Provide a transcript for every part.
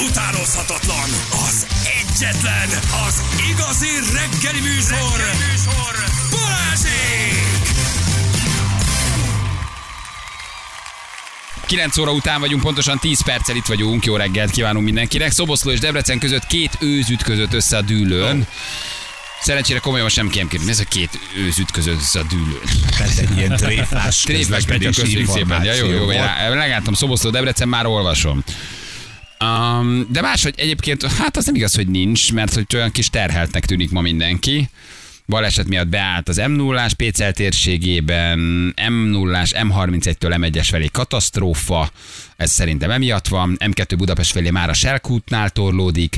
utánozhatatlan, az egyetlen, az igazi reggeli műsor, Balázsék! 9 óra után vagyunk, pontosan 10 perccel itt vagyunk. Jó reggelt kívánunk mindenkinek. Szoboszló és Debrecen között 2 őz ütközött össze a dűlőn. Szerencsére komolyan sem kémként. Mi ez a 2 őz ütközött össze a dűlőn? Ez egy ilyen tréfás közlekedési információ. Jó, megálltam Szoboszló, Debrecen, már olvasom. De máshogy egyébként, hát az nem igaz, hogy nincs, mert hogy olyan kis terheltnek tűnik ma mindenki. Baleset miatt beállt az M0-ás Pécel térségében, M0-ás M31-től M1-es felé katasztrófa, ez szerintem emiatt van, M2 Budapest felé már a Selkútnál torlódik,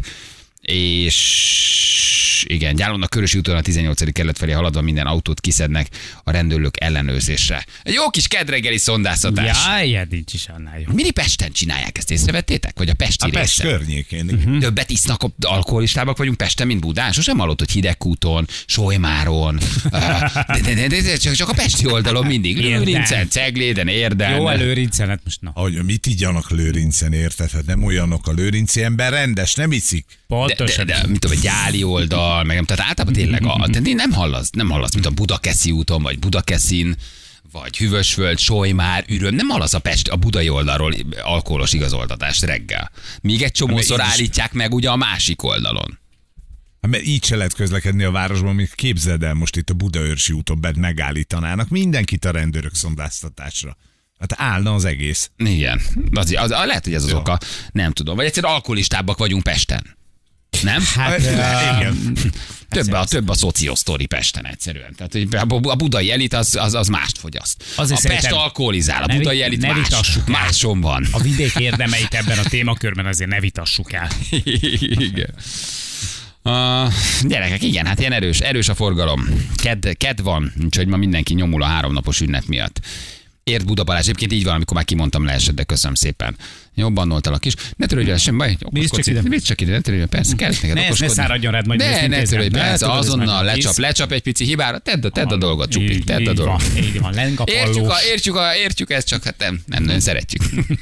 és igen, Gyálon a Körösi úton a 18. kerület felé haladva minden autót kiszednek a rendőrök ellenőrzésre. Egy jó kis kedreggeli szondászatás. Jaj, nincs is annál jó. Mini Pesten csinálják, ezt észrevettétek? Vagy a pesti A Pest részen? környékén. Többet isznak alkoholistábbak vagyunk Pesten, mint Budán. Sosem hallott, hogy Hidegkúton, Solymáron, de csak a pesti oldalon mindig. Lőrincen, Cegléden, Érden. Jó, a Lőrincenet most na. Ahogy mit igyanak Lőrincen, érted? Hát nem olyanok a lőrinci ember, rendes, nem iszik. Pontosan. De mit tudom, a Gyáli oldal, meg tehát általában tényleg nem hallasz, mint a Budakeszi úton, vagy Budakeszin, vagy Hűvösvöld, Solymár, Üröm, nem hallasz a budai oldalról alkoholos igazoltatást reggel. Még egy csomószor állítják meg ugye a másik oldalon. Hát mert így se lehet közlekedni a városban, mint képzeld el, most itt a Budaörsi úton bent megállítanának mindenkit a rendőrök szondáztatásra. Hát állna az egész. Igen, az lehet, hogy ez az oka, nem tudom. Vagy egyszerűen alkoholistábbak vagyunk Pesten. Nem? Hát, igen. Több a szociosztori Pesten egyszerűen. Tehát a budai elit az mást fogyaszt. Azért A Pest alkoholizál, a budai elit máson van. A vidék érdemeit ebben a témakörben azért ne vitassuk el. Igen. Gyerekek, igen, hát ilyen erős a forgalom. Kedd van, úgyhogy ma mindenki nyomul a 3 napos ünnep miatt. Ért Buda Balázs, egyébként így van, amikor már kimondtam, leesett, de köszönöm szépen. Jobban noltalak is. Ne törődj vele, sem baj. Nézd csak ide, ne törődj, persze, kell neked okoskodni. Ne száradjon rád, majd ne törődj, persze, azonnal lecsap egy pici hibára, tedd a dolgot, Csupi, tedd a dolgot. Így van, lengapallós. Értjük ezt, csak hát nem nagyon szeretjük.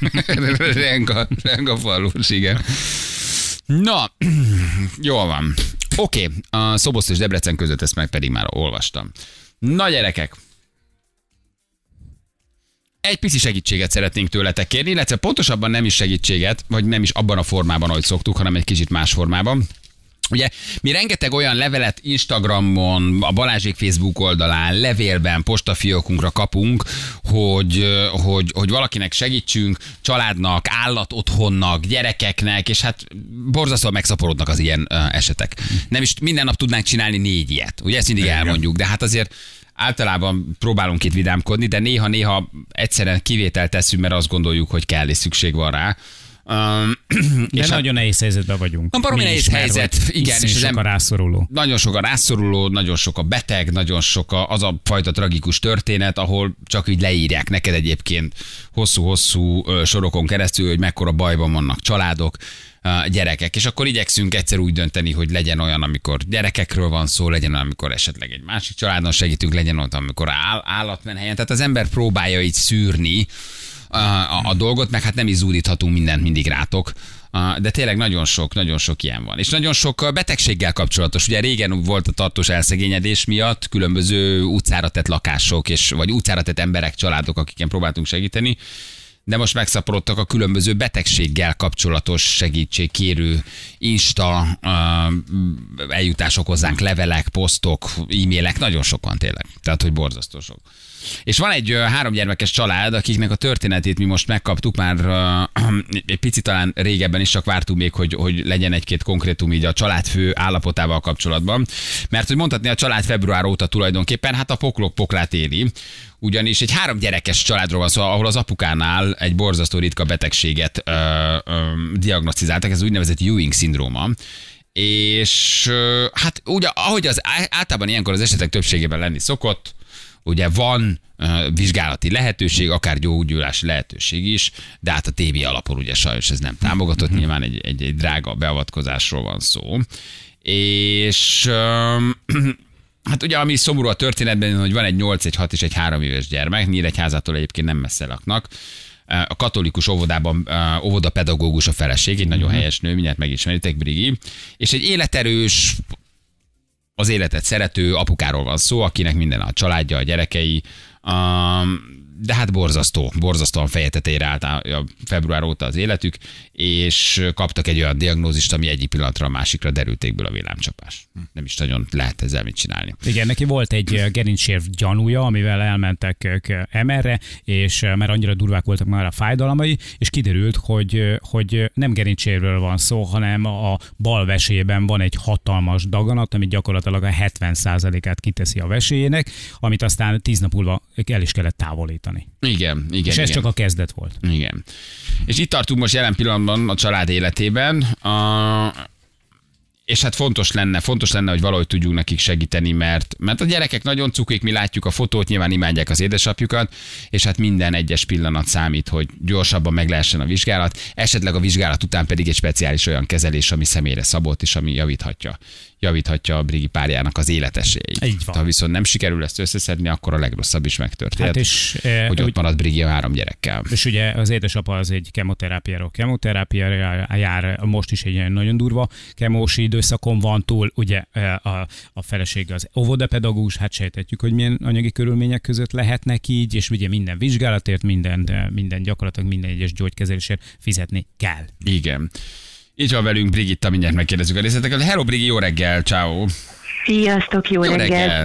Renga fallós, igen. Na, jól van. Oké, a Szoboszló és Debrecen között ezt meg pedig már olvastam. Na gyerekek, egy pici segítséget szeretnénk tőletek kérni, illetve pontosabban nem is segítséget, vagy nem is abban a formában, ahogy szoktuk, hanem egy kicsit más formában. Ugye mi rengeteg olyan levelet Instagramon, a Balázsék Facebook oldalán, levélben, postafiókunkra kapunk, hogy valakinek segítsünk, családnak, állatotthonnak, gyerekeknek, és hát borzasztóan megszaporodnak az ilyen esetek. Nem is minden nap tudnánk csinálni 4 ilyet. Ugye ezt mindig elmondjuk, de hát azért általában próbálunk itt vidámkodni, de néha egyszerűen kivételt teszünk, mert azt gondoljuk, hogy kell és szükség van rá. De nagyon nehéz helyzetben vagyunk. Baromi nehéz helyzet, igen. És sok a rászoruló. Nagyon sok a rászoruló, nagyon sok a beteg, nagyon sok az a fajta tragikus történet, ahol csak így leírják neked egyébként hosszú-hosszú sorokon keresztül, hogy mekkora bajban vannak családok, gyerekek, és akkor igyekszünk egyszer úgy dönteni, hogy legyen olyan, amikor gyerekekről van szó, legyen olyan, amikor esetleg egy másik családon segítünk, legyen olyan, amikor állatmenhelyen. Tehát az ember próbálja így szűrni a dolgot, meg hát nem is zúdíthatunk mindent mindig rátok, de tényleg nagyon sok ilyen van. És nagyon sok betegséggel kapcsolatos. Ugye régen volt a tartós elszegényedés miatt különböző utcára tett lakások, vagy utcára tett emberek, családok, akiken próbáltunk segíteni, de most megszaporodtak a különböző betegséggel kapcsolatos segítségkérő Insta eljutások hozzánk, levelek, posztok, e-mailek, nagyon sok van tényleg. Tehát, hogy borzasztó sok. És van egy 3 gyermekes család, akiknek a történetét mi most megkaptuk, már egy picit talán régebben is, csak vártuk még, hogy legyen egy-két konkrétum így a családfő állapotával kapcsolatban. Mert hogy mondhatni, a család február óta tulajdonképpen hát a poklok poklát éli. Ugyanis egy 3 gyerekes családról van szó, ahol az apukánál egy borzasztó ritka betegséget diagnosztizáltak, ez az úgynevezett Ewing-szindróma. És hát ugye, ahogy az általában ilyenkor az esetek többségében lenni szokott, ugye van vizsgálati lehetőség, akár gyógyulási lehetőség is, de hát a TB alapon ugye sajnos ez nem támogatott, nyilván egy drága beavatkozásról van szó. És hát ugye ami szomorú a történetben, hogy van egy 8, egy 6 és egy 3 éves gyermek, Nyíregyházától egyébként nem messze laknak. a katolikus óvodában óvodapedagógus a feleség, egy nagyon helyes nő, mindjárt megismeritek, Brigi, és egy életerős, az életet szerető apukáról van szó, akinek minden a családja, a gyerekei, de hát borzasztóan feje tetejére állt a február óta az életük, és kaptak egy olyan diagnózist, ami egyik pillanatra a másikra derültékből a villámcsapás. Nem is nagyon lehet ezzel mit csinálni. Igen, neki volt egy gerincsér gyanúja, amivel elmentek MR-re, és mert annyira durvák voltak már a fájdalmai, és kiderült, hogy nem gerincsérről van szó, hanem a bal vesélyében van egy hatalmas daganat, ami gyakorlatilag a 70%-át kiteszi a vesélyének, amit aztán 10 nap múlva el is kellett távolítani. Igen. És ez csak a kezdet volt. Igen. És itt tartunk most jelen pillanatban a család életében, és hát fontos lenne, hogy valahogy tudjunk nekik segíteni, mert a gyerekek nagyon cukik, mi látjuk a fotót, nyilván imádják az édesapjukat, és hát minden egyes pillanat számít, hogy gyorsabban meg lehessen a vizsgálat, esetleg a vizsgálat után pedig egy speciális olyan kezelés, ami személyre szabott, és ami javíthatja a Brigi párjának az életesélyeit. Ha viszont nem sikerül ezt összeszedni, akkor a legrosszabb is megtörténhet, hát és, hogy ott marad Brigi a 3 gyerekkel. És ugye az édesapa az egy kemoterápiára jár, most is egy nagyon durva kemós időszakon van túl, ugye a feleség az óvodapedagógus, hát sejtetjük, hogy milyen anyagi körülmények között lehetnek így, és ugye minden vizsgálatért, minden gyakorlatilag minden egyes gyógykezelésért fizetni kell. Igen. Így van velünk Brigitta, mindjárt megkérdezzük a részleteket. Hello Brigi, jó reggel, ciao. Sziasztok, jó reggel.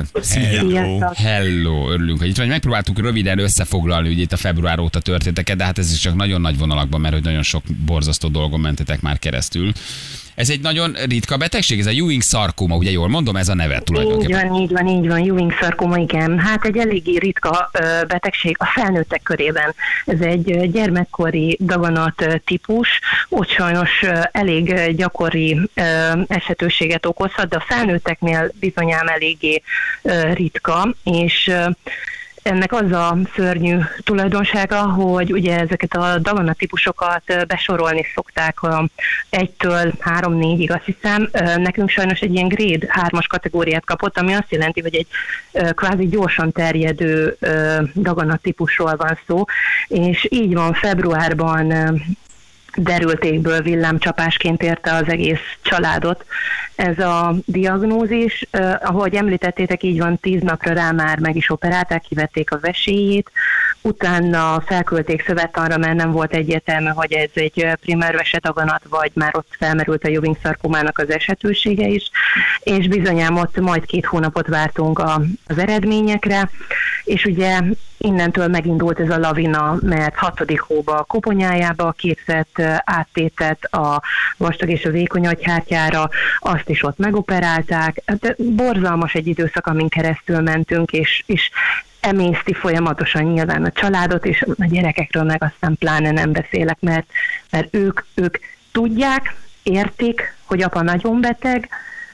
Hello, örülünk, hogy itt vagy. Megpróbáltuk röviden összefoglalni ugye itt a február óta történteket, de hát ez is csak nagyon nagy vonalakban, mert hogy nagyon sok borzasztó dolgon mentetek már keresztül. Ez egy nagyon ritka betegség, ez a Ewing-szarkóma, ugye jól mondom, ez a neve tulajdonképpen. Így van, Ewing-szarkóma, igen. Hát egy eléggé ritka betegség a felnőttek körében. Ez egy gyermekkori daganat típus, ott sajnos elég gyakori esetőséget okozhat, de a felnőtteknél bizonyám eléggé ritka, és ennek az a szörnyű tulajdonsága, hogy ugye ezeket a daganattípusokat besorolni szokták 1-től 3-4-ig, azt hiszem. Nekünk sajnos egy ilyen grade 3-as kategóriát kapott, ami azt jelenti, hogy egy kvázi gyorsan terjedő daganattípusról van szó, és így van, februárban derültékből villámcsapásként érte az egész családot ez a diagnózis. Ahogy említettétek, így van, 10 napra rá már meg is operálták, kivették a vesélyét, utána felküldték szövettanra, mert nem volt egyértelmű, hogy ez egy primer vesedaganat, vagy már ott felmerült a Ewing-szarkómának az esetősége is, és bizonyám ott majd 2 hónapot vártunk az eredményekre, és ugye innentől megindult ez a lavina, mert 6. hóba a koponyájába képzett áttétet a vastag és a vékony agyhártyára, azt is ott megoperálták. Hát borzalmas egy időszak, amin keresztül mentünk, és emészti folyamatosan nyilván a családot, és a gyerekekről meg aztán pláne nem beszélek, mert ők tudják, értik, hogy apa nagyon beteg,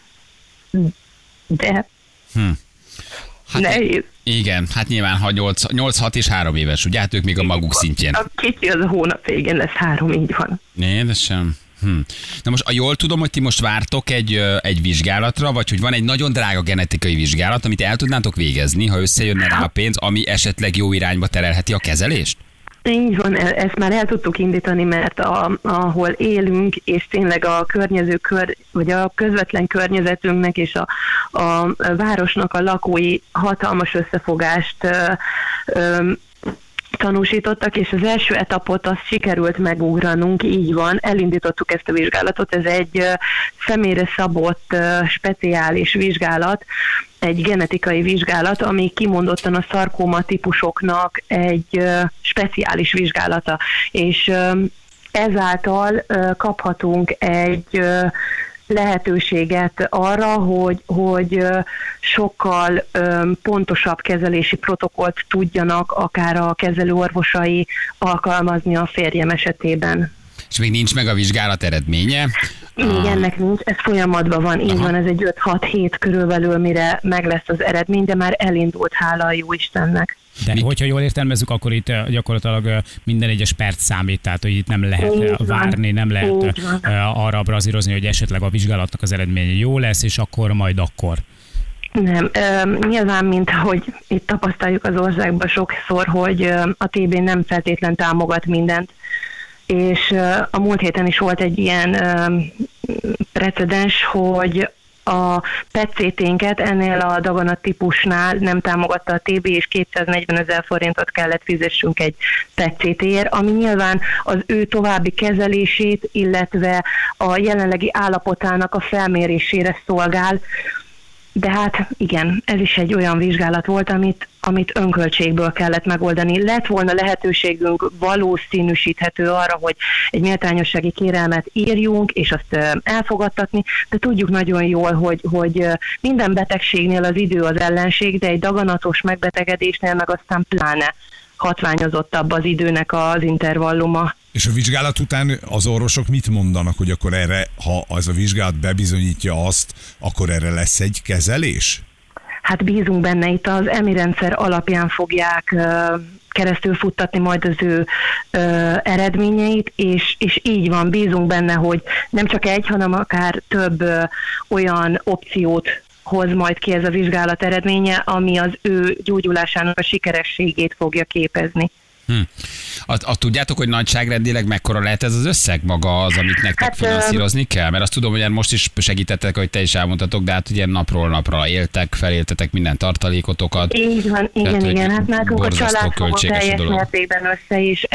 de nehéz. Igen, hát nyilván, ha 8-6 és 3 éves, ugye? Hát ők még a maguk szintjén. A kicsi az a hónap végén lesz 3, így van. Édesem. Na most, jól tudom, hogy ti most vártok egy vizsgálatra, vagy hogy van egy nagyon drága genetikai vizsgálat, amit el tudnátok végezni, ha összejönne rá a pénz, ami esetleg jó irányba terelheti a kezelést? Így van, ezt már el tudtuk indítani, mert ahol élünk, és tényleg a vagy a közvetlen környezetünknek és a városnak a lakói hatalmas összefogást tanúsítottak, és az első etapot azt sikerült megugranunk, így van, elindítottuk ezt a vizsgálatot, ez egy személyre szabott speciális vizsgálat, egy genetikai vizsgálat, ami kimondottan a szarkóma típusoknak egy speciális vizsgálata, és ezáltal kaphatunk egy lehetőséget arra, hogy sokkal pontosabb kezelési protokollt tudjanak akár a kezelőorvosai alkalmazni a férjem esetében. És még nincs meg a vizsgálat eredménye? Még ennek nincs, ez folyamatban van, így van, ez egy 5-6 hét körülbelül, mire meg lesz az eredmény, de már elindult, hála a jó Istennek. De hogyha jól értelmezzük, akkor itt gyakorlatilag minden egyes perc számít, tehát hogy itt nem lehet várni, nem lehet arra brazírozni, hogy esetleg a vizsgálatnak az eredménye jó lesz, és akkor majd akkor. Nem, nyilván, mint hogy itt tapasztaljuk az országban sokszor, hogy a TB nem feltétlen támogat mindent, és a múlt héten is volt egy ilyen precedens, hogy a PET-CT-nket ennél a daganat típusnál nem támogatta a TB, és 240 000 forintot kellett fizessünk egy PET-CT-ért, ami nyilván az ő további kezelését, illetve a jelenlegi állapotának a felmérésére szolgál. De hát igen, ez is egy olyan vizsgálat volt, amit önköltségből kellett megoldani. Lett volna lehetőségünk valószínűsíthető arra, hogy egy méltányossági kérelmet írjunk, és azt elfogadtatni, de tudjuk nagyon jól, hogy minden betegségnél az idő az ellenség, de egy daganatos megbetegedésnél meg aztán pláne hatványozottabb az időnek az intervalluma. És a vizsgálat után az orvosok mit mondanak, hogy akkor erre, ha az a vizsgálat bebizonyítja azt, akkor erre lesz egy kezelés? Hát bízunk benne, itt az EMI rendszer alapján fogják keresztül futtatni majd az ő eredményeit, és így van, bízunk benne, hogy nem csak egy, hanem akár több olyan opciót hoz majd ki ez a vizsgálat eredménye, ami az ő gyógyulásának a sikerességét fogja képezni. Tudjátok, hogy nagyságrendileg mekkora lehet ez az összeg maga az, amit nektek finanszírozni kell? Mert azt tudom, hogy most is segítettek, hogy te is elmondhatok, de hát ugye napról napra éltetek minden tartalékotokat. Így van, igen. Hát nálunk a család fogott teljes mértékben össze, és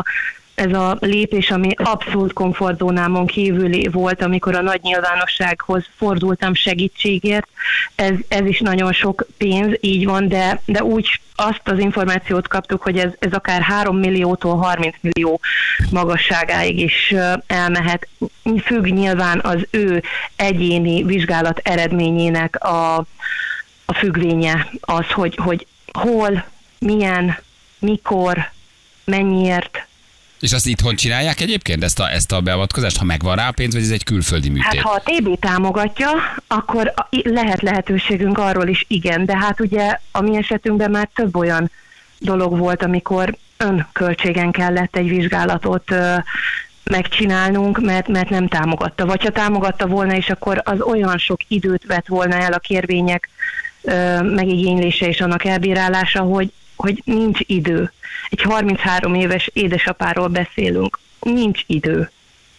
ez a lépés, ami abszolút komfortzónámon kívüli volt, amikor a nagy nyilvánossághoz fordultam segítségért. Ez is nagyon sok pénz, így van, de úgy azt az információt kaptuk, hogy ez akár 3 milliótól 30 millió magasságáig is elmehet. Függ nyilván az ő egyéni vizsgálat eredményének a függvénye az, hogy hol, milyen, mikor, mennyiért. És azt itthon csinálják egyébként, ezt a beavatkozást, ha megvan rá a pénz, vagy ez egy külföldi műtét? Hát ha a TB támogatja, akkor lehet lehetőségünk arról is, igen, de hát ugye a mi esetünkben már több olyan dolog volt, amikor önköltségen kellett egy vizsgálatot megcsinálnunk, mert nem támogatta. Vagy ha támogatta volna, és akkor az olyan sok időt vett volna el a kérvények megigénylése és annak elbírálása, hogy nincs idő. Egy 33 éves édesapáról beszélünk. Nincs idő.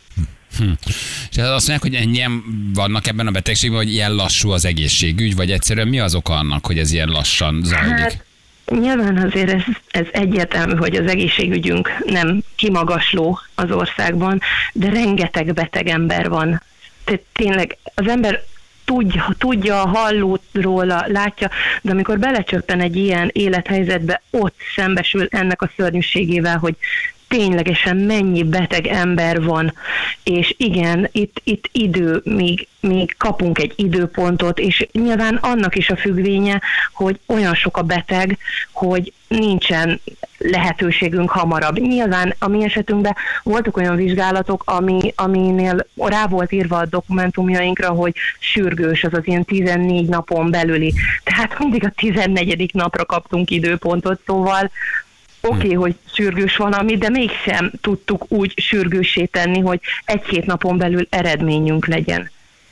És azt mondják, hogy ennyien vannak ebben a betegségben, hogy ilyen lassú az egészségügy, vagy egyszerűen mi az oka annak, hogy ez ilyen lassan zajlik? Hát, nyilván azért ez egyértelmű, hogy az egészségügyünk nem kimagasló az országban, de rengeteg beteg ember van. Tehát tényleg az ember tudja, halló róla, látja, de amikor belecsöppen egy ilyen élethelyzetbe, ott szembesül ennek a szörnyűségével, hogy ténylegesen mennyi beteg ember van, és igen, itt idő, még kapunk egy időpontot, és nyilván annak is a függvénye, hogy olyan sok a beteg, hogy nincsen lehetőségünk hamarabb. Nyilván a mi esetünkben voltak olyan vizsgálatok, aminél rá volt írva a dokumentumjainkra, hogy sürgős, az ilyen 14 napon belüli. Tehát mindig a 14. napra kaptunk időpontot, szóval oké, hogy sürgős valami, de mégsem tudtuk úgy sürgőssé tenni, hogy 1-2 napon belül eredményünk legyen.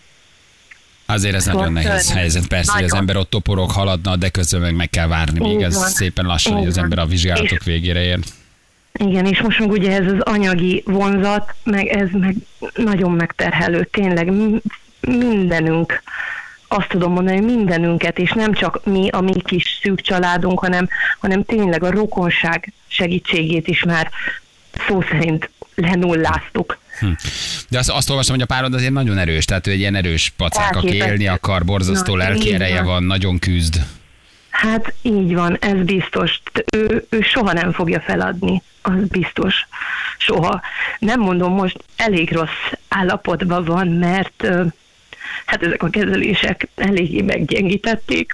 Azért ez nagyon nehéz helyzet, persze, hogy az ember ott toporog, haladna, de közben meg kell várni, még ez szépen lassan, hogy az ember a vizsgálatok végére ér. Igen, és most meg ugye ez az anyagi vonzat, meg ez meg nagyon megterhelő, tényleg mindenünk. Azt tudom mondani, hogy mindenünket, és nem csak mi, a mi kis szűk családunk, hanem tényleg a rokonság segítségét is már szó szerint lenulláztuk. De azt olvastam, hogy a párod azért nagyon erős, tehát ő egy ilyen erős pacák, aki élni akar, borzasztó lelki ereje van, nagyon küzd. Hát így van, ez biztos. Ő soha nem fogja feladni, az biztos. Soha. Nem mondom, most elég rossz állapotban van, mert hát ezek a kezelések eléggé meggyengítették.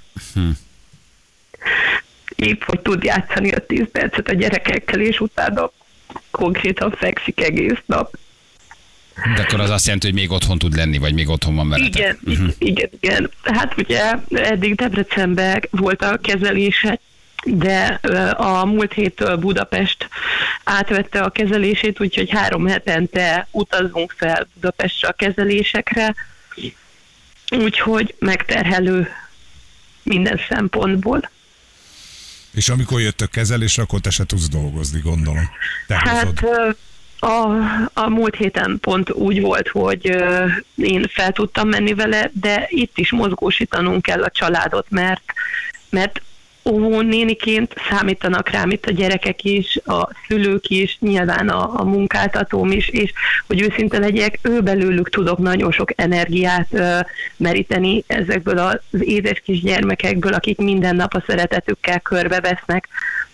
Épp, hogy tud játszani a 10 percet a gyerekekkel, és utána konkrétan fekszik egész nap. De akkor az azt jelenti, hogy még otthon tud lenni, vagy még otthon van veletek. Igen. Hát ugye eddig Debrecenben volt a kezelése, de a múlt héttől Budapest átvette a kezelését, úgyhogy 3 hetente utazunk fel Budapestre a kezelésekre, úgyhogy megterhelő. minden szempontból. És amikor jöttök kezelésre, akkor te se tudsz dolgozni, gondolom. Te hozod. Hát a múlt héten pont úgy volt, hogy én fel tudtam menni vele, de itt is mozgósítanunk kell a családot, mert óvónéniként számítanak rám itt a gyerekek is, a szülők is, nyilván a munkáltatóm is, és hogy őszinte legyek, belőlük tudok nagyon sok energiát meríteni ezekből az édes kis gyermekekből, akik minden nap a szeretetükkel körbevesznek,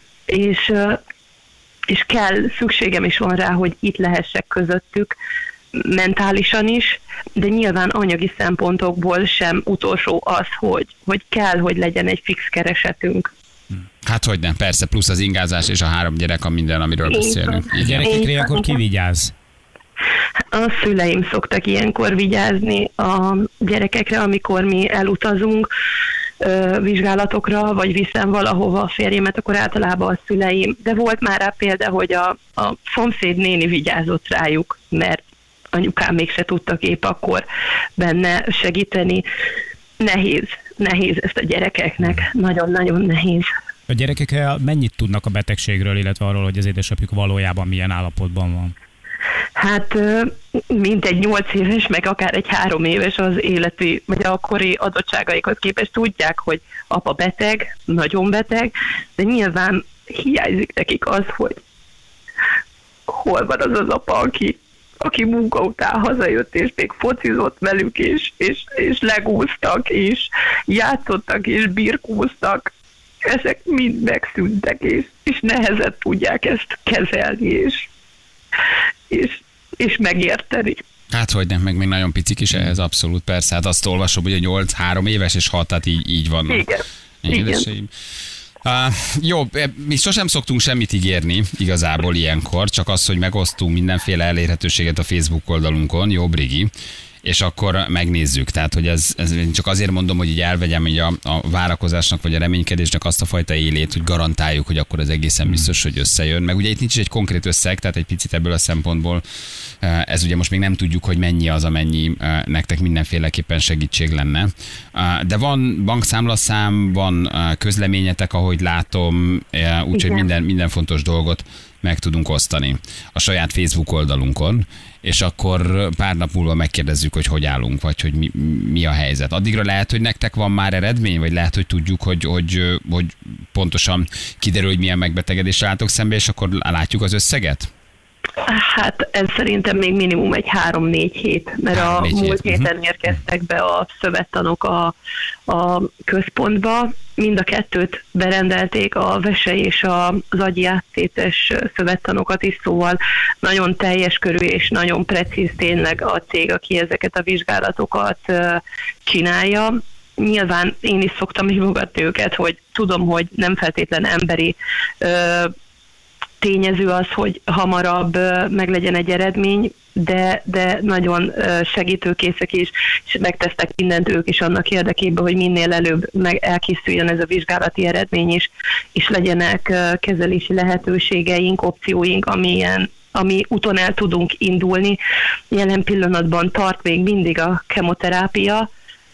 és szükségem is van rá, hogy itt lehessek közöttük, mentálisan is, de nyilván anyagi szempontokból sem utolsó az, hogy kell, hogy legyen egy fix keresetünk. Hát hogy nem, persze, plusz az ingázás és a 3 gyerek, a minden, amiről beszélünk. A gyerekekre akkor ki vigyáz? A szüleim szoktak ilyenkor vigyázni a gyerekekre, amikor mi elutazunk vizsgálatokra, vagy viszem valahova a férjemet, akkor általában a szüleim. De volt már rá példa, hogy a szomszéd néni vigyázott rájuk, mert anyukám mégse tudtak épp akkor benne segíteni. Nehéz ezt a gyerekeknek, nagyon-nagyon nehéz. A gyerekek mennyit tudnak a betegségről, illetve arról, hogy az édesapjuk valójában milyen állapotban van? Hát mintegy 8 éves, meg akár egy 3 éves az életi, vagy a kori adottságaikhoz képest tudják, hogy apa beteg, nagyon beteg, de nyilván hiányzik nekik az, hogy hol van az apa, aki munka után hazajött, és még focizott velük, és legúztak, és játszottak, és birkóztak. Ezek mind megszűntek, és nehezen tudják ezt kezelni, és megérteni. Hát hogy nem, meg még nagyon picik is ehhez, abszolút, persze. Hát azt olvasom, hogy a 8, 3 éves és 6, tehát így vannak. Igen. Jó, mi sosem szoktunk semmit ígérni igazából ilyenkor, csak az, hogy megosztunk mindenféle elérhetőséget a Facebook oldalunkon, jó, Brigi, és akkor megnézzük. Tehát, hogy ez csak azért mondom, hogy így elvegyem így a várakozásnak vagy a reménykedésnek azt a fajta élét, hogy garantáljuk, hogy akkor ez egészen biztos, hogy összejön. Meg ugye itt nincs is egy konkrét összeg, tehát egy picit ebből a szempontból ez ugye most még nem tudjuk, hogy mennyi az, amennyi nektek mindenféleképpen segítség lenne. De van bankszámlaszám, van közleményetek, ahogy látom, úgyhogy minden fontos dolgot meg tudunk osztani a saját Facebook oldalunkon, és akkor pár nap múlva megkérdezzük, hogy állunk, vagy hogy mi a helyzet. Addigra lehet, hogy nektek van már eredmény, vagy lehet, hogy tudjuk, hogy pontosan kiderül, hogy milyen megbetegedésre álltok szembe, és akkor látjuk az összeget? Hát ez szerintem még minimum egy 3-4 hét, mert a múlt héten érkeztek be a szövettanok a központba. Mind a 2 berendelték, a vese és az agyi áttétes szövettanokat is, szóval nagyon teljes körű és nagyon precíz tényleg a cég, aki ezeket a vizsgálatokat csinálja. Nyilván én is szoktam hívogatni őket, hogy tudom, hogy nem feltétlen emberi tényező az, hogy hamarabb meglegyen egy eredmény, de nagyon segítőkészek is, és megtesztek mindent ők is annak érdekében, hogy minél előbb elkészüljön ez a vizsgálati eredmény is, és legyenek kezelési lehetőségeink, opcióink, ami úton el tudunk indulni. Jelen pillanatban tart még mindig a kemoterápia,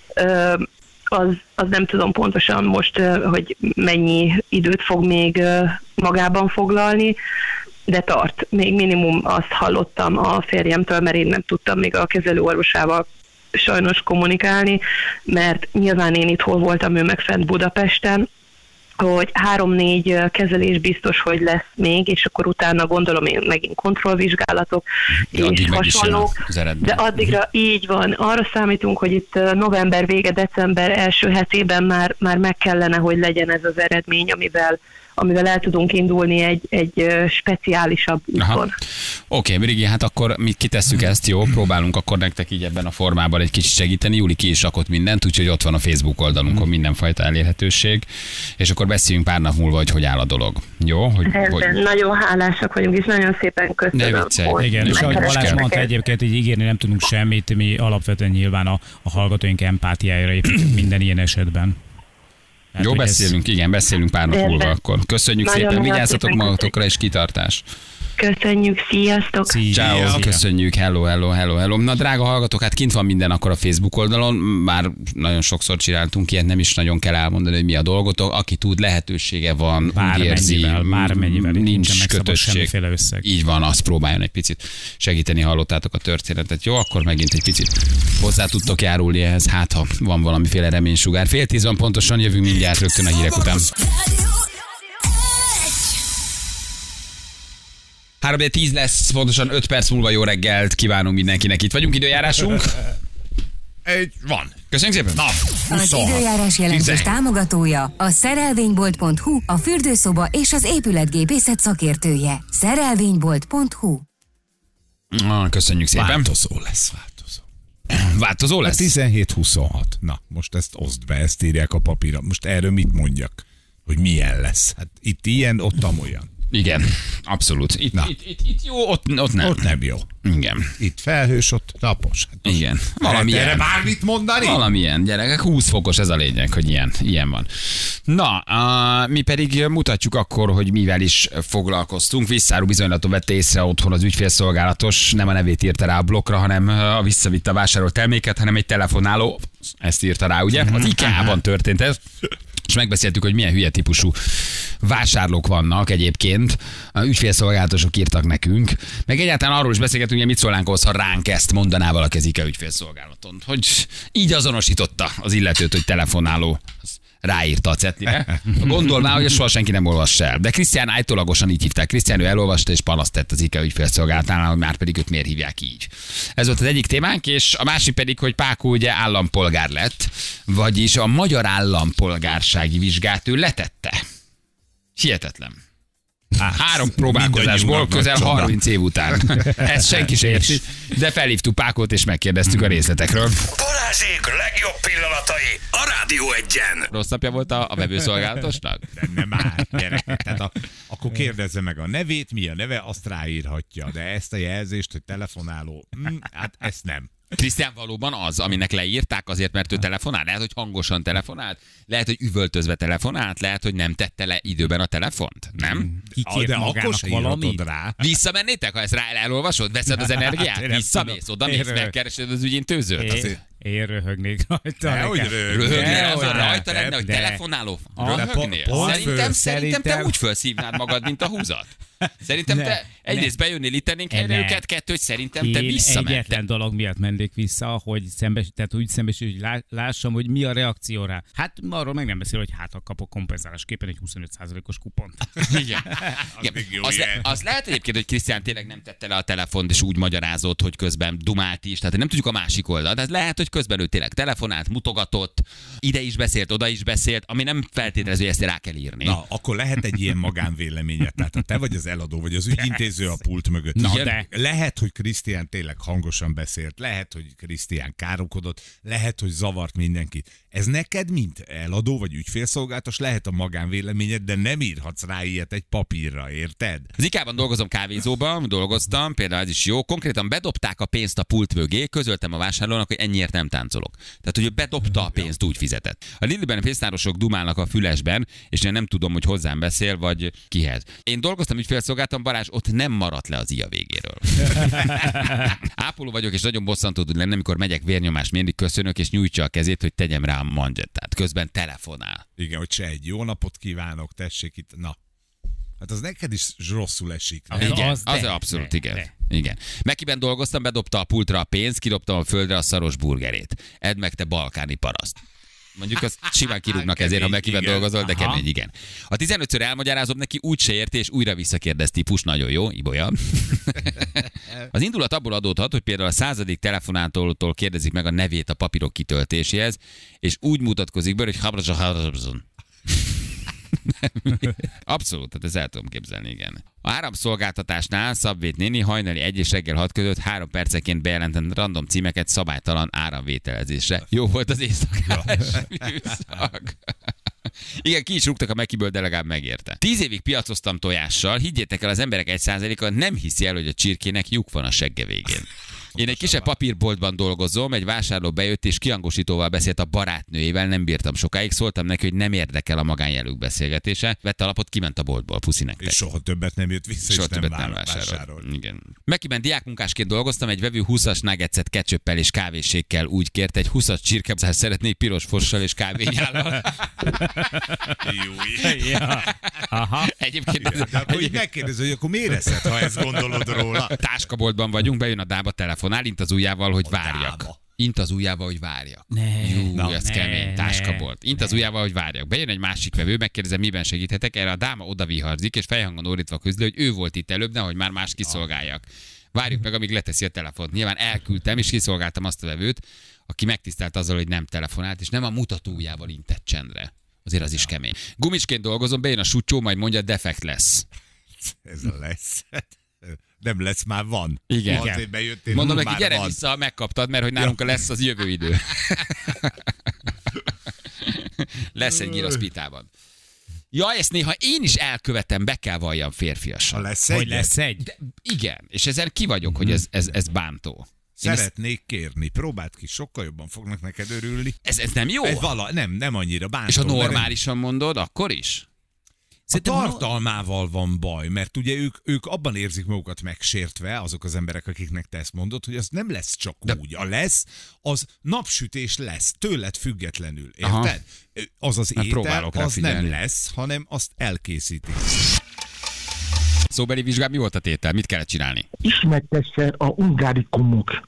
az nem tudom pontosan most, hogy mennyi időt fog még magában foglalni, de tart. Még minimum azt hallottam a férjemtől, mert én nem tudtam még a kezelőorvosával sajnos kommunikálni, mert nyilván én itt hol voltam, ő meg fent Budapesten, hogy 3-4 kezelés biztos, hogy lesz még, és akkor utána gondolom én megint kontrollvizsgálatok és hasonlók. De addigra így van. Arra számítunk, hogy itt november vége, december első hetében már meg kellene, hogy legyen ez az eredmény, amivel el tudunk indulni egy speciálisabb úton. Oké, Brigi, hát akkor mi kitesszük ezt, jó? Próbálunk akkor nektek így ebben a formában egy kicsit segíteni. Júli ki is rakott mindent, úgyhogy ott van a Facebook oldalunkon mindenfajta elérhetőség, és akkor beszéljünk pár nap múlva, hogy áll a dolog. Jó? Hogy... Nagyon hálásak vagyunk, és nagyon szépen köszönöm. Igen, és ahogy Balázs mondta, egyébként így ígérni nem tudunk semmit, mi alapvetően nyilván a hallgatóink empátiájára építünk minden ilyen esetben. Hát, jó, beszélünk pár nap múlva akkor. Köszönjük szépen, vigyázzatok magatokra és kitartás. Köszönjük, sziasztok! Ciao, köszönjük, hello. Na drága hallgatók, hát kint van minden akkor a Facebook oldalon, már nagyon sokszor csináltunk ilyet, nem is nagyon kell elmondani, hogy mi a dolgotok. Aki tud, lehetősége van, úgy érzi, bármennyivel, nincs kötöttség. Semmiféle összeg. Így van, azt próbáljon egy picit segíteni, hallottátok a történetet. Jó, akkor megint egy picit hozzá tudtok járulni ehhez, hát ha van valamiféle reménysugár. 9:30 van pontosan, jövünk mindjárt rögtön a hírek után. 3:10 lesz, pontosan 5 perc múlva jó reggelt kívánunk mindenkinek. Itt vagyunk, időjárásunk. Van. Köszönjük szépen. Na, Az időjárás jelentés támogatója a szerelvénybolt.hu, a fürdőszoba és az épületgépészet szakértője. Szerelvénybolt.hu. Köszönjük szépen. Változó lesz. Változó lesz? 17-26. Na, most ezt oszd be, ezt írják a papírra. Most erről mit mondjak? Hogy milyen lesz? Hát itt ilyen, ott amolyan. Igen, abszolút. Itt jó, ott nem. Ott nem jó. Igen. Itt felhős, ott napos. Hát igen. Valamilyen. Erre bármit mondani? Valamilyen, gyerekek. 20 fokos ez a lényeg, hogy ilyen van. Na, mi pedig mutatjuk akkor, hogy mivel is foglalkoztunk. Visszáró bizonylatot vette észre otthon az ügyfélszolgálatos, nem a nevét írta rá a blokkra, hanem a visszavitte a vásárolt terméket, hanem egy telefonáló. Ezt írta rá, ugye? Az IKEA-ban történt ez. És megbeszéltük, hogy milyen hülye típusú vásárlók vannak egyébként. A ügyfélszolgálatosok írtak nekünk. Meg egyáltalán arról is beszélgetünk, hogy mit szólnánk ahhoz, ha ránk ezt mondaná valaki az IKEA ügyfélszolgálaton. Hogy így azonosította az illetőt, hogy telefonáló. Ráírta a cetlire. Gondolná, hogy ezt soha senki nem olvassa el. De Krisztián állítólagosan így hívták. Krisztián ő elolvasta és panaszt tett az IKEA ügyfélszolgálatánál, hogy már pedig őt miért hívják így. Ez volt az egyik témánk, és a másik pedig, hogy Pákó ugye állampolgár lett, vagyis a magyar állampolgársági vizsgát ő letette. Hihetetlen. 3 próbálkozásból közel 30 év után. Ezt senki sem érti, de felhívtuk Pákót és megkérdeztük a részletekről. Balázsék legjobb pillanatai a Rádió 1-en. Rossz napja volt a vevőszolgálatosnak? Nem már, gyerek. Tehát akkor kérdezze meg a nevét, mi a neve, azt ráírhatja. De ezt a jelzést, hogy telefonáló, hát ezt nem. Krisztián valóban az, aminek leírták azért, mert ő telefonál. Lehet, hogy hangosan telefonált, lehet, hogy üvöltözve telefonált, lehet, hogy nem tette le időben a telefont. Nem? De akkor se írhatod rá. Visszamennétek, ha ezt elolvasod? Veszed az energiát? Visszamész, odamész, megkeresed az ügyintézőt? Én röhögnék rajta. Röhögnél azon rajta lenne, hogy telefonáló? Röhögnél? Szerintem te úgy felszívnád magad, mint a húzat. Szerintem te egyrészt bejönnél, itt tennénk helyre őket, kettő, hogy szerintem te visszamentél. Egyetlen dolog miatt mennék vissza, hogy tehát úgy szembesül, hogy lássam, hogy mi a reakció rá. Hát arról meg nem beszél, hogy hát kapok kompenzálásképpen egy 25%-os kupont. Igen. Az lehet egyébként, hogy Krisztián tényleg nem tette le a telefont, és úgy magyarázott, hogy közben dumált is. Tehát nem tudjuk a másik oldalt. De lehet, hogy közben ő tényleg telefonált, mutogatott, ide is beszélt, oda is beszélt, ami nem feltételező, hogy ezt rá kell írni. Na, akkor lehet egy ilyen magánvéleményed. Tehát ha te vagy az eladó, vagy az ügyintéző a pult mögött. De. Lehet, hogy Krisztián tényleg hangosan beszélt, lehet, hogy Krisztián károkodott, lehet, hogy zavart mindenkit. Ez neked, mint eladó vagy ügyfélszolgálatos, lehet a magánvéleményed, de nem írhatsz rá ilyet egy papírra, érted? Az IKEA-ban dolgozom, kávézóban dolgoztam, például ez is jó. Konkrétan bedobták a pénzt a pult mögé, közöltem a vásárlónak, hogy ennyiért nem táncolok. Tehát, hogy ő bedobta a pénzt, úgy fizetett. A Lidlben a pénztárosok dumálnak a fülesben, és én nem tudom, hogy hozzám beszél, vagy kihez. Én dolgoztam ügyfélszolgálaton, Balázs, ott nem maradt le az ia végéről. Ápoló vagyok, és nagyon bosszantó tud lenni, amikor megyek vérnyomást mérni, köszönök, és nyújtsa a kezét, hogy tegyem rá a manzsettát. Közben telefonál. Igen, hogy se egy jó napot kívánok, tessék itt. Na, hát az neked is rosszul esik. Igen, az abszolút, igen. Igen. Mekiben dolgoztam, bedobta a pultra a pénzt, kidobtam a földre a szaros burgerét. Edd meg, te balkáni paraszt. Mondjuk azt simán kirúgnak ezért, ha Mekiben dolgozol, de kemény, igen. A 15-ször elmagyarázom neki, úgy se érti, és újra visszakérdez típus, nagyon jó, Ibolya. Az indulat abból adódhat, hogy például a 100. telefonától kérdezik meg a nevét a papírok kitöltéséhez, és úgy mutatkozik be, hogy Habrazson. Abszolút, tehát ezt el tudom képzelni, igen. A áramszolgáltatásnál Szabvét néni hajnali 1 és reggel 6 között 3 percenként bejelentett random címeket szabálytalan áramvételezésre. Jó volt az éjszakás műszak. Igen, ki is rúgtak a Mekiből, de legalább megérte. 10 évig piacoztam tojással, higgyétek el, az emberek 1%-a nem hiszi el, hogy a csirkének lyuk van a segge végén. Én egy kisebb papírboltban dolgozom, egy vásárló bejött és kiangosítóval beszélt a barátnőjével, nem bírtam sokáig, szóltam neki, hogy nem érdekel a magánjelük beszélgetése, vette a lapot, kiment a boltból, puszi nektek. És soha többet nem jött vissza, Soha és többet nem nem vásárolt. vásárolt. Igen. Mekiben diákmunkásként dolgoztam, egy vevő 20-as nuggetset ketchuppel és kávésékkel úgy kért, egy 20-as csirkebzás szeretnék piros fossal és kávényállal. Ja. Aha. Egyébként De akkor így megkérdező, hogy akkor miért eszed, ha ezt gondolod róla? táskaboltban vagyunk, bejön a dába, telefonál, int az ujjával, hogy várjak. dába. Int az ujjával, hogy várjak. Jú, ez kemény, táskabolt. Int az ujjával, hogy várjak. Bejön egy másik vevő, megkérdezem, miben segíthetek. Erre a dáma odaviharzik, és fejhangon ordítva közli, hogy ő volt itt előbb, nehogy már más kiszolgáljak. Várjuk meg, amíg leteszi a telefont. Nyilván elküldtem, és kiszolgáltam azt a vevőt, aki megtisztelt azzal, hogy nem telefonált, és nem a mutató ujjával intett csendre. Azért az is kemény. Gumicsként dolgozom, bejön a sutyó, majd mondja, defekt lesz. Ez a lesz. Nem lesz, már van. Igen. Azért bejöttél, Mondom már neki, gyere van. vissza, megkaptad, mert hogy nálunk a lesz az jövő idő. Lesz egy nyilasz pitában. Ja, ezt néha én is elkövetem, be kell valljam férfiasan. Ha lesz Hogy egy, lesz egy? De, igen, és ezen ki vagyok, hogy ez bántó. Én szeretnék kérni. Próbáld ki, sokkal jobban fognak neked örülni. ez nem jó? Ez nem annyira bántó. És ha mert normálisan mondod, akkor is? A tartalmával van baj, mert ugye ők abban érzik magukat megsértve, azok az emberek, akiknek te ezt mondod, hogy az nem lesz csak úgy. A lesz, az napsütés lesz, tőled függetlenül. Érted? Aha. Az az Hát étel, próbálok rá az figyelni. nem lesz, hanem azt elkészítik. Szóbeli vizsgám, mi volt a tétel? Mit kellett csinálni? Ismertesse a ungárikumok.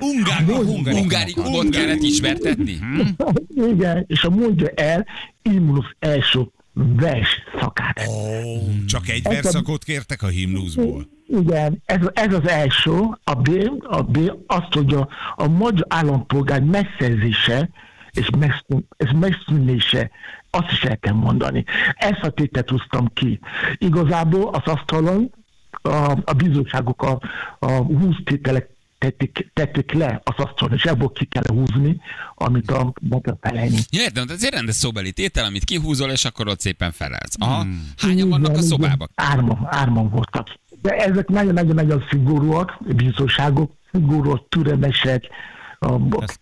Ungárikumot kellett ismertetni? Igen, és a mondja el Immunusz első vers szakát. Csak egy verszakot kértek a himnuszból. Igen, ez az első, a B azt, hogy a magyar állampolgár megszerzése és megszűnése, azt is el kell mondani. Ezt a tételt hoztam ki. Igazából az asztalon a bizottságok a 20 tételek tették le az asztalon, és ebből ki kell húzni, amit meg kell felelni. Ja, értem, de azért rendes szóbeli tétel, amit kihúzol, és akkor ott szépen felelsz. Aha. Hányan vannak a szobában? Árman voltak. De ezek nagyon-nagyon szigorúak, bizottságok, szigorúak, türelmesek, a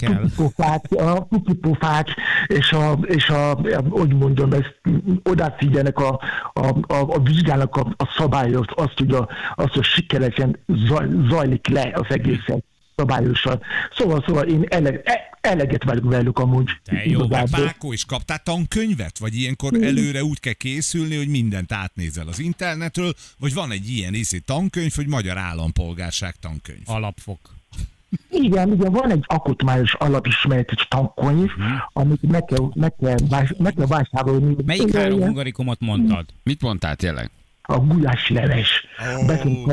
pupipofák, és hogy mondjam, ezt odafigyelnek a vizsgának a szabályos, azt, hogy sikeresen zajlik le az egészet szabályosan. Szóval én eleget vagyok velük amúgy. Jó, Pákó, és kaptál tankönyvet? Vagy ilyenkor előre úgy kell készülni, hogy mindent átnézel az internetről, vagy van egy ilyen tankönyv, hogy magyar állampolgárság tankönyv? Alapfok. Igen, van egy alkotmányos alapismereti tankönyv, amit meg kell vásárolni. Melyik három hungarikumot mondtad? Mit mondtál tényleg? A gulyásleves, beszélünk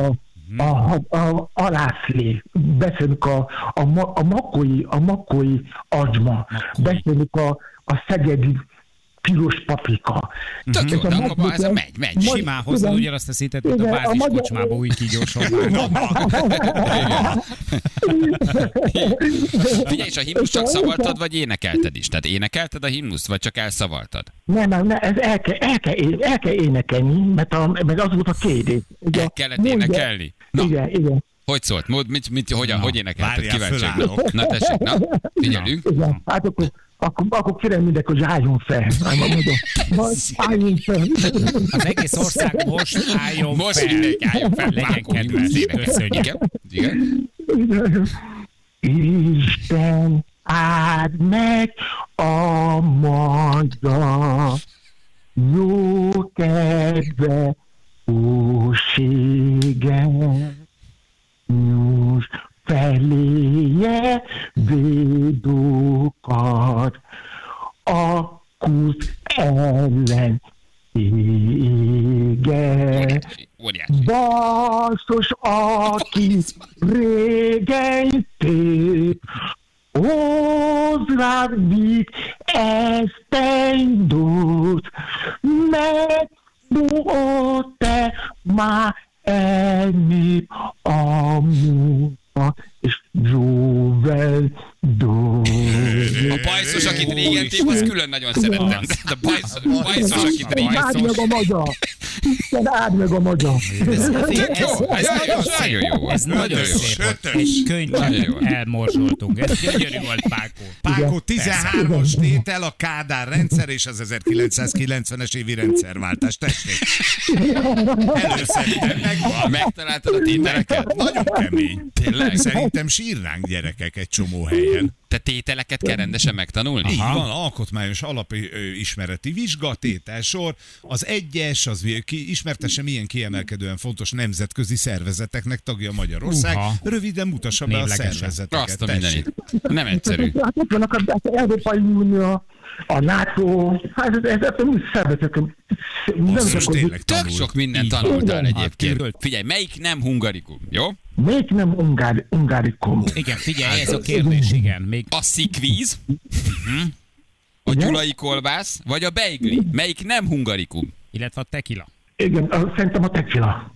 a alászlé, beszélünk a makói agyma, beszélünk a szegedi piros paprika. Tök jó, de akkor ez megy. Simán hozod ugyanazt a szintet, mint a bázis kocsmába, úgy kígyóson Figyelj, és a himnusz csak szavaltad, vagy énekelted is? Tehát énekelted a himnuszt, vagy csak elszavaltad? Nem, ez el kell énekelni, mert az volt a kérdés. El kellett énekelni? Na. Igen. Hogy szólt? Hogy énekelted? Kíváncsi. Na tessék, figyelünk. Igen, hát akkor kérem mindenki, hogy álljon fel. Álljon fel. Az egész ország most álljon fel. Legyen kedves. Köszönjük. Igen. Isten áld meg a magyar jó kedve óséget. Nyújts feléje védókat a kusz ellen ége. Basszus, aki régen tép, hozz rád vít esztendőt, megdúlt-e már elnép a munka, és jóvel A bajszos, akit régen tép, az külön nagyon szeretem. De a bajszos, akit régen Áld meg a magyar! Isten, áld meg a magyar! nagyon jó. Ez nagyon szép volt. Egy könyvben elmorzsoltunk. Ez gyönyörű volt, Pákó. Pákó, 13-as tétel a Kádár rendszer és az 1990-es évi rendszerváltás. Tessék! Először megvan. Megtaláltad a tételeket? Nagyon kemény. Tényleg? Szerintem sírnánk gyerekek egy csomó helyen. Te tételeket kell rendesen megtanulni? Így van, alkotmányos alapismereti vizsga, tételsor, az egyes, az ismertesse milyen kiemelkedően fontos nemzetközi szervezeteknek tagja Magyarország. Röviden mutassa be a szervezeteket. Azt a mindenit. Nem egyszerű. Hát ott vannak az Európai Unió, a NATO, hát ez úgy szervezetek. Tök sok mindent tanultál egyébként. Figyelj, melyik nem hungarikum, jó? Még nem ungárikum. Igen, figyelj, ez a kérdés, igen. Még... A szikvíz, a gyulai kolbász, vagy a beigli? Melyik nem hungarikum? Illetve a tequila. Igen, szerintem a tequila.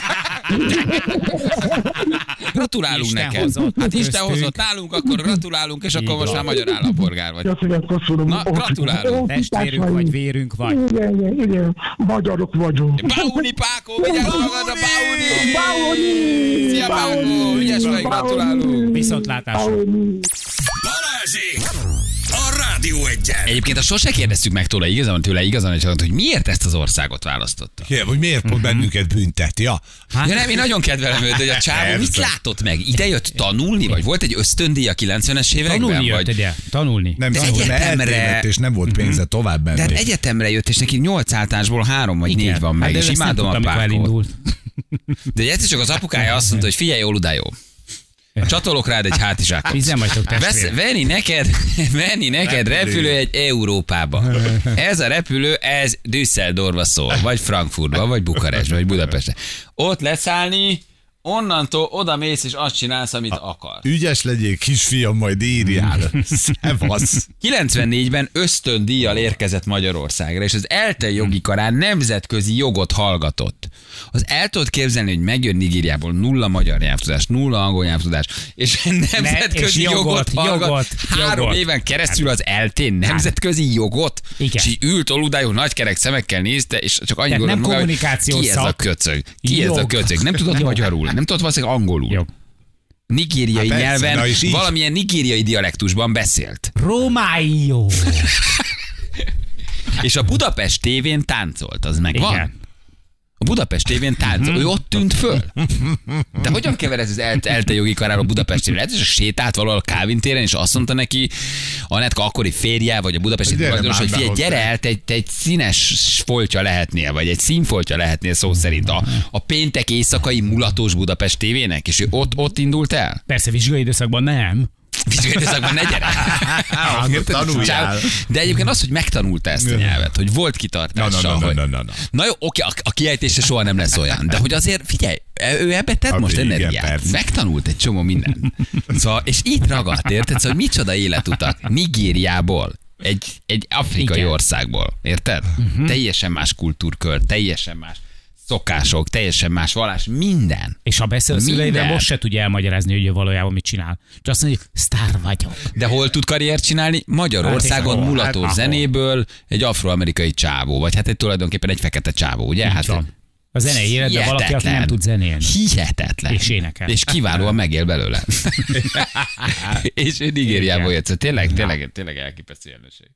Gratulálunk Isten neked. hozott, Hát Isten köztünk. hozott nálunk, akkor gratulálunk, és akkor most már magyar állampolgár vagy. Köszönöm. Na, gratulálunk. Testvérünk vagy, vérünk vagy. Igen, magyarok vagyunk. Bauni Pákó, vigyázz magadra, Bauni! Bauni! Szia Pákó, ügyes vagy, gratulálunk. Viszontlátásra. Balázsék! A Rádió Egyen! Egyébként azt sose kérdeztük meg tőle igazán, hogy miért ezt az országot választotta. Hogy miért pont bennünket büntet, ja? Ja nem, én nagyon kedvelem őt, hogy a csávó mit látott meg? Ide jött tanulni, vagy volt egy ösztöndíj a 90-es években? Tanulni jött, Vagy... ugye? Tanulni. Nem De szó, egyetemre- és nem volt pénze tovább De hát menni. egyetemre jött, és neki 8 általánosból 3 vagy 4 van meg, Hát, és de ő ezt nem imádom a tudta, amikor Pákót. elindult. De egyszer csak az apukája azt mondta, hogy figyelj jól, oda jó. Csatolok rád egy hátizsákot. Tizen vagytok testvérek. Venni neked repülő egy Európába. Ez a repülő, ez Düsseldorfba szól, vagy Frankfurtba, vagy Bukarestbe, vagy Budapestre. Ott leszállni, onnantól oda mész, és azt csinálsz, amit akarsz. Ügyes legyél, kisfiam, majd írjál. Szevasz. 94-ben ösztöndíjjal érkezett Magyarországra, és az ELTE jogi karán nemzetközi jogot hallgatott. Az el tudod képzelni, hogy megjön Nigériából 0 magyar nyelvtudás, 0 angol nyelvtudás, és nemzetközi és jogot hallgat. 3 éven keresztül az ELTE-n nemzetközi jogot, Igen. és így ült Oludájon nagykerek szemekkel nézte, és csak annyit Tehát nem gondolt maga, hogy kommunikációs ki ez a szak. köcög? Ki ez a Jog. köcög? Nem tudod magyarul, nem tudod valószínűleg angolul. Jó. Nigériai Hát persze, nyelven, na és így. valamilyen nigériai dialektusban beszélt. Romáió. És a Budapest tévén táncolt, az megvan? Igen. A Budapest tévén táncol, ő ott tűnt föl. De hogyan kevered az ELTE jogi karáról Budapestére? Lehet, hogy sétált valahol a Kálvin téren, és azt mondta neki Annetka akkori férje, vagy a budapesti Gyere tulajdonos, már hogy figyelj, be gyere hozzá. el, te egy színes foltja lehetnél, vagy egy színfoltja lehetnél szó szerint a péntek éjszakai mulatós Budapest tévének, és ő ott indult el? Persze, vizsgai időszakban nem. Vizsgai időszakban ne gyere. Érted? tanuljál. De egyébként az, hogy megtanulta ezt a nyelvet, hogy volt kitartása. Na. Na jó, oké, a kiejtése soha nem lesz olyan, de hogy azért figyelj, ő ebbe tett Oké, most igen, energiát. persze. Megtanult egy csomó mindent. Szóval, és itt ragadt, érted? Szóval micsoda életutak. Nigériából, egy afrikai Igen. országból, érted? Teljesen más kultúrkör, teljesen más szokások, teljesen más vallás, minden. És ha beszél a szüleivel, Minden. most se tudja elmagyarázni, hogy ő valójában mit csinál. Csak azt mondja, hogy sztár vagyok. De hol tud karriert csinálni? Magyarországon Hát, mulató ahol. zenéből egy afroamerikai csávó, vagy hát egy tulajdonképpen egy fekete csávó, ugye? Hát Van. A zenei életben valaki, aki nem hihetetlen. tud zenélni. Hihetetlen. És énekel. És kiválóan megél belőle. És ő Nigériából jött. Szóval tényleg elképesztő jelenség.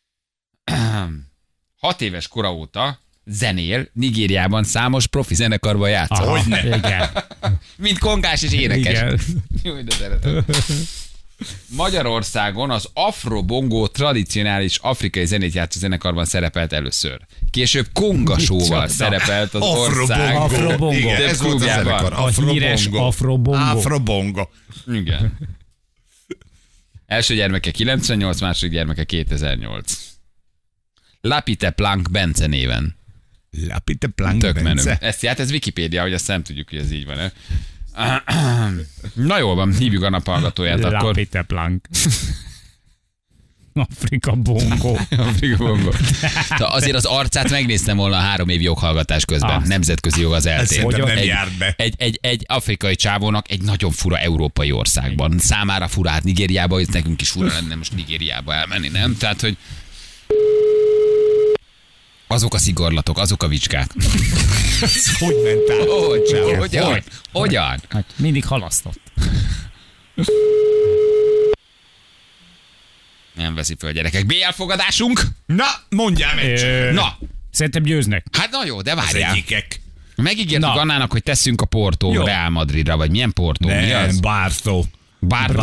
6 éves kora óta zenél, Nigériában számos profi zenekarban játszott. Hogyne? Igen. Mint kongás és énekes. Igen. Jó, de szeretem. Magyarországon az afro-bongó tradicionális afrikai zenét játszó zenekarban szerepelt először. Később kongasóval szerepelt az ország. Afrobongo. Igen, Több ez volt a klubjában. zenekar. A híres Afrobongo. Afrobongo. Igen. Első gyermeke 98, második gyermeke 2008. Lapite Plank Bence néven. Lapite Plank Tök menő. Bence. Ez Wikipédia, hogy azt nem tudjuk, hogy ez így van-e. Na jól van, hívjuk a naphallgatóját akkor. Lapite Plank. Afrika Bongo. Azért az arcát megnéztem volna 3 év joghallgatás közben. Nemzetközi jog az eltén. Szerintem nem Egy- járt be. Egy afrikai csávónak egy nagyon fura európai országban. Számára fura, hát Nigériába, itt nekünk is fura lenne most Nigériába elmenni, nem? Tehát, hogy azok a szigorlatok, azok a vizsgák. Hogy ment át? Hogyan? Hát mindig halasztott. Nem veszi föl, gyerekek. BL fogadásunk? Na, mondjál meg. Na, Szerintem győznek. hát na jó, de Az várjál. egyikek. Megígértük Na. Annának, hogy teszünk a Porto Jó. Real Madridra, vagy milyen Porto? Mi Nem, az? Bartó. Barto.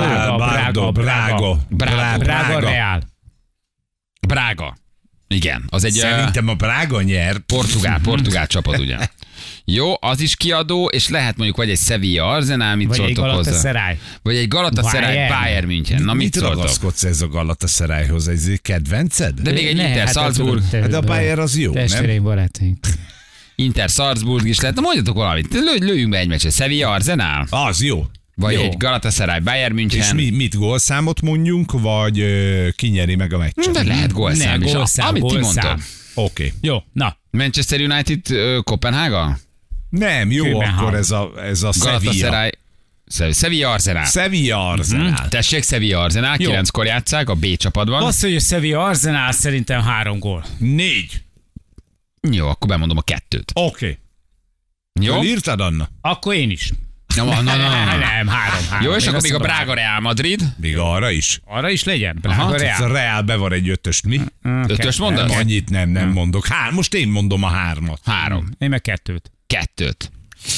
Braga Real. Brága. Igen, az egy Szerintem a Braga nyer. portugál csapat, ugye? Jó, az is kiadó, és lehet mondjuk vagy egy Sevilla Arsenal, mit Vagy egy szóltok hozzá? Galatasaray. Vagy egy Galatasaray Bayern. Bayern München. Na, mit Mit szóltok? ragaszkodsz ez a Galatasarayhoz? Ez egy kedvenced? De még egy Ne, Inter hát Salzburg. Hát a Bayern az jó, nem? Testvéreim, barátaink. Inter Salzburg is lehet. Na mondjatok valamit. Lőjünk be egy meccset. Sevilla Arsenal? Az jó. Vagy Jó. egy Galatasaray Bayern És München? mit gólszámot mondjunk, vagy ki nyeri meg a meccset? De lehet gólszám Ne, is. gólszám, Amit ti gólszám. mondtok. Oké. Jó, na. Manchester United, Kopenhága? Nem, jó, Köbenhavn. akkor ez a Sevilla. Galatasaray. Sevilla Arsenal. Sevilla Arsenal. Tessék, Sevilla Arsenal, Jó. 9-kor játsszák, a B csapatban. Azt, hogy a Sevilla Arsenal szerintem 3 gól. 4. Jó, akkor bemondom a 2-t. Oké. Jó? Írtad, Anna? Akkor én is. Nem, Nem, 3. Jó, és akkor még a Braga Real Madrid. Még arra is? Arra is legyen? Aha. Braga Ez a Real. Real be van egy 5-öst, mi? 5-ös Nem, mondasz? annyit nem mondok. Most én mondom a 3-at. 3. Én meg 2. 2-t.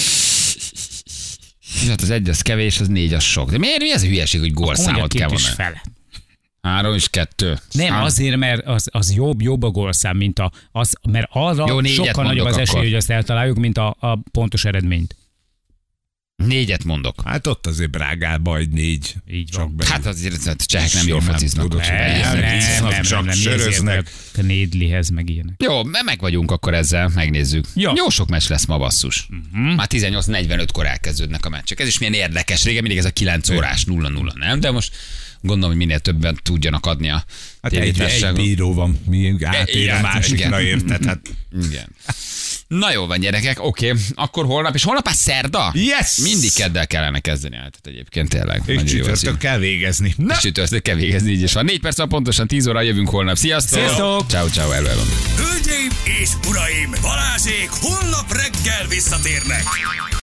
Hát az 1 az kevés, az 4 az sok. De miért mi ez a hülyeség, hogy gólszámot kell is mondani? fele. 3 és 2. Nem, azért, mert az jobb a gólszám, mint mert arra Jó, 4-et sokkal nagyobb az mondok esély, akkor. hogy azt eltaláljuk, mint a pontos eredményt. 4-et mondok. Hát ott azért Brágában egy 4. Így van. Csak be. Hát azért a csehek nem jól Simán fociznak. tudod, hogy Úgyhogy csak söröznek. Nédlihez meg ilyenek. Jó, meg vagyunk akkor ezzel, megnézzük. Jó. Jó sok meccs lesz ma, basszus. Már 18:45-kor elkezdődnek a meccsek. Ez is milyen érdekes. Régen mindig ez a 9 órás 0-0, nem? De most gondolom, hogy minél többen tudjanak adni a Hát egy tévétársaságok. bíró van, mi átér a Igen, másikra, igen. érted? Hát Igen. Na jó van, gyerekek, oké. Akkor holnap, és holnap már szerda? Yes! Mindig keddel kellene kezdeni, hát egyébként tényleg. és Nagyon jó az csütörtök kell végezni. Na, És csütörtök kell végezni, így is van. 4 perc van pontosan, 10 óra jövünk holnap. Sziasztok! Sziasztok! Ciao, ciao, hello. Hölgyeim és uraim, Balázsék holnap reggel visszatérnek.